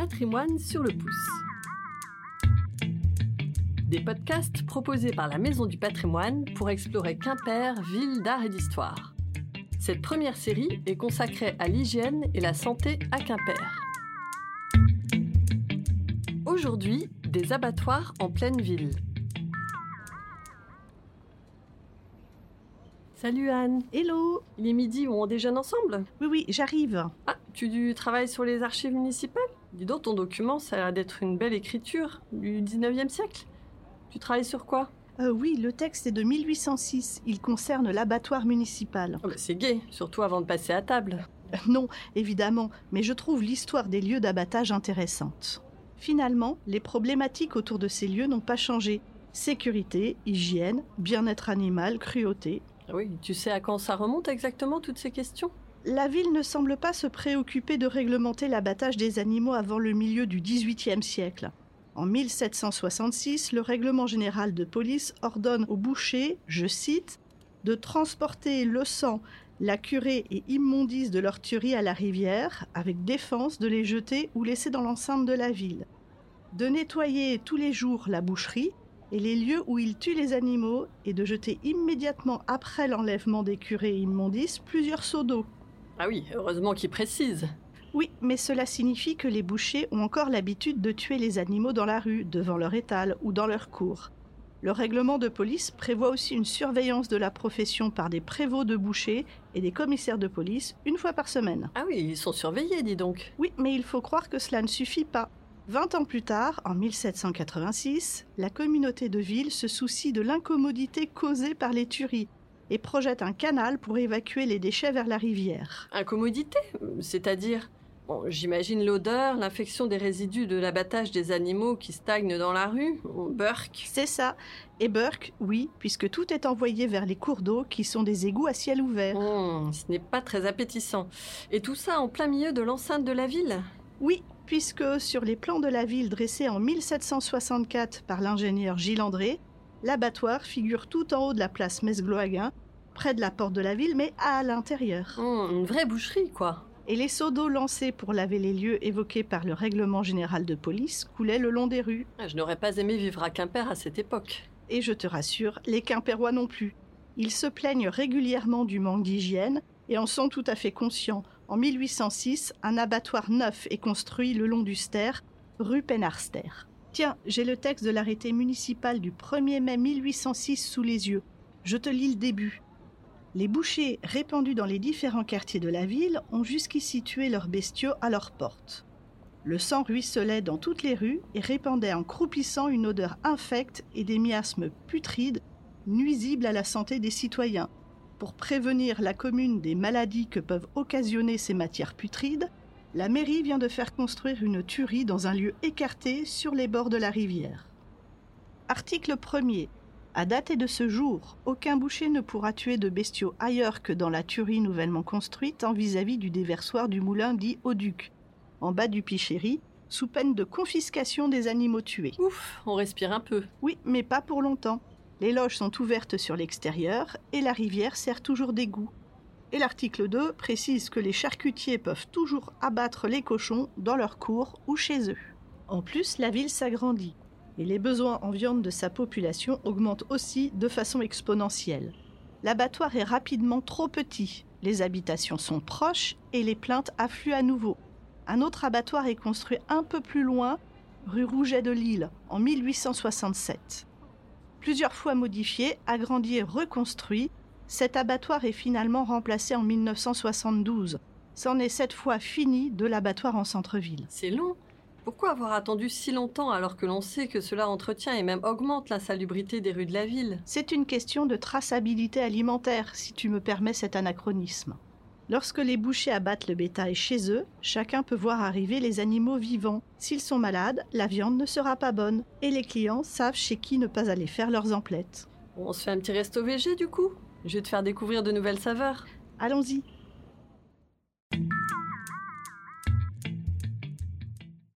patrimoine sur le pouce. Des podcasts proposés par la Maison du Patrimoine pour explorer Quimper, ville d'art et d'histoire. Cette première série est consacrée à l'hygiène et la santé à Quimper. Aujourd'hui, des abattoirs en pleine ville. Salut Anne. Hello. Il est midi, on déjeune ensemble ? Oui, j'arrive. Ah, tu travailles sur les archives municipales ? Dis donc, ton document, ça a l'air d'être une belle écriture du 19e siècle. Tu travailles sur quoi ? Oui, le texte est de 1806. Il concerne l'abattoir municipal. Oh, c'est gai, surtout avant de passer à table. Non, évidemment, mais je trouve l'histoire des lieux d'abattage intéressante. Finalement, les problématiques autour de ces lieux n'ont pas changé. Sécurité, hygiène, bien-être animal, cruauté. Oui, tu sais à quand ça remonte exactement, toutes ces questions ? La ville ne semble pas se préoccuper de réglementer l'abattage des animaux avant le milieu du XVIIIe siècle. En 1766, le règlement général de police ordonne aux bouchers, je cite, de transporter le sang, la curée et immondices de leur tuerie à la rivière, avec défense de les jeter ou laisser dans l'enceinte de la ville, de nettoyer tous les jours la boucherie et les lieux où ils tuent les animaux et de jeter immédiatement après l'enlèvement des curées et immondices plusieurs seaux d'eau. Ah oui, heureusement qu'il précise. Oui, mais cela signifie que les bouchers ont encore l'habitude de tuer les animaux dans la rue, devant leur étal ou dans leur cour. Le règlement de police prévoit aussi une surveillance de la profession par des prévôts de bouchers et des commissaires de police une fois par semaine. Ah oui, ils sont surveillés, dis donc. Oui, mais il faut croire que cela ne suffit pas. 20 ans plus tard, en 1786, la communauté de ville se soucie de l'incommodité causée par les tueries et projette un canal pour évacuer les déchets vers la rivière. Incommodité ? C'est-à-dire ? Bon, j'imagine l'odeur, l'infection des résidus de l'abattage des animaux qui stagnent dans la rue, Burke. C'est ça. Et Burke, oui, puisque tout est envoyé vers les cours d'eau qui sont des égouts à ciel ouvert. Ce n'est pas très appétissant. Et tout ça en plein milieu de l'enceinte de la ville ? Oui, puisque sur les plans de la ville dressés en 1764 par l'ingénieur Gilles André, l'abattoir figure tout en haut de la place Mesgloaguin, près de la porte de la ville, mais à l'intérieur. Une vraie boucherie, quoi. Et les seaux d'eau lancés pour laver les lieux évoqués par le règlement général de police coulaient le long des rues. Je n'aurais pas aimé vivre à Quimper à cette époque. Et je te rassure, les Quimpérois non plus. Ils se plaignent régulièrement du manque d'hygiène et en sont tout à fait conscients. En 1806, un abattoir neuf est construit le long du Ster, rue Pénarster. Tiens, j'ai le texte de l'arrêté municipal du 1er mai 1806 sous les yeux. Je te lis le début. Les bouchers répandus dans les différents quartiers de la ville ont jusqu'ici tué leurs bestiaux à leurs portes. Le sang ruisselait dans toutes les rues et répandait en croupissant une odeur infecte et des miasmes putrides nuisibles à la santé des citoyens. Pour prévenir la commune des maladies que peuvent occasionner ces matières putrides, la mairie vient de faire construire une tuerie dans un lieu écarté sur les bords de la rivière. Article 1er. À dater de ce jour, aucun boucher ne pourra tuer de bestiaux ailleurs que dans la tuerie nouvellement construite en vis-à-vis du déversoir du moulin dit Auduc, en bas du Pichéry, sous peine de confiscation des animaux tués. Ouf, on respire un peu. Oui, mais pas pour longtemps. Les loges sont ouvertes sur l'extérieur et la rivière sert toujours d'égout. Et l'article 2 précise que les charcutiers peuvent toujours abattre les cochons dans leur cour ou chez eux. En plus, la ville s'agrandit. Et les besoins en viande de sa population augmentent aussi de façon exponentielle. L'abattoir est rapidement trop petit, les habitations sont proches et les plaintes affluent à nouveau. Un autre abattoir est construit un peu plus loin, rue Rouget de Lille, en 1867. Plusieurs fois modifié, agrandi et reconstruit, cet abattoir est finalement remplacé en 1972. C'en est cette fois fini de l'abattoir en centre-ville. C'est long. Pourquoi avoir attendu si longtemps alors que l'on sait que cela entretient et même augmente l'insalubrité des rues de la ville ? C'est une question de traçabilité alimentaire, si tu me permets cet anachronisme. Lorsque les bouchers abattent le bétail chez eux, chacun peut voir arriver les animaux vivants. S'ils sont malades, la viande ne sera pas bonne et les clients savent chez qui ne pas aller faire leurs emplettes. On se fait un petit resto végé du coup ? Je vais te faire découvrir de nouvelles saveurs. Allons-y.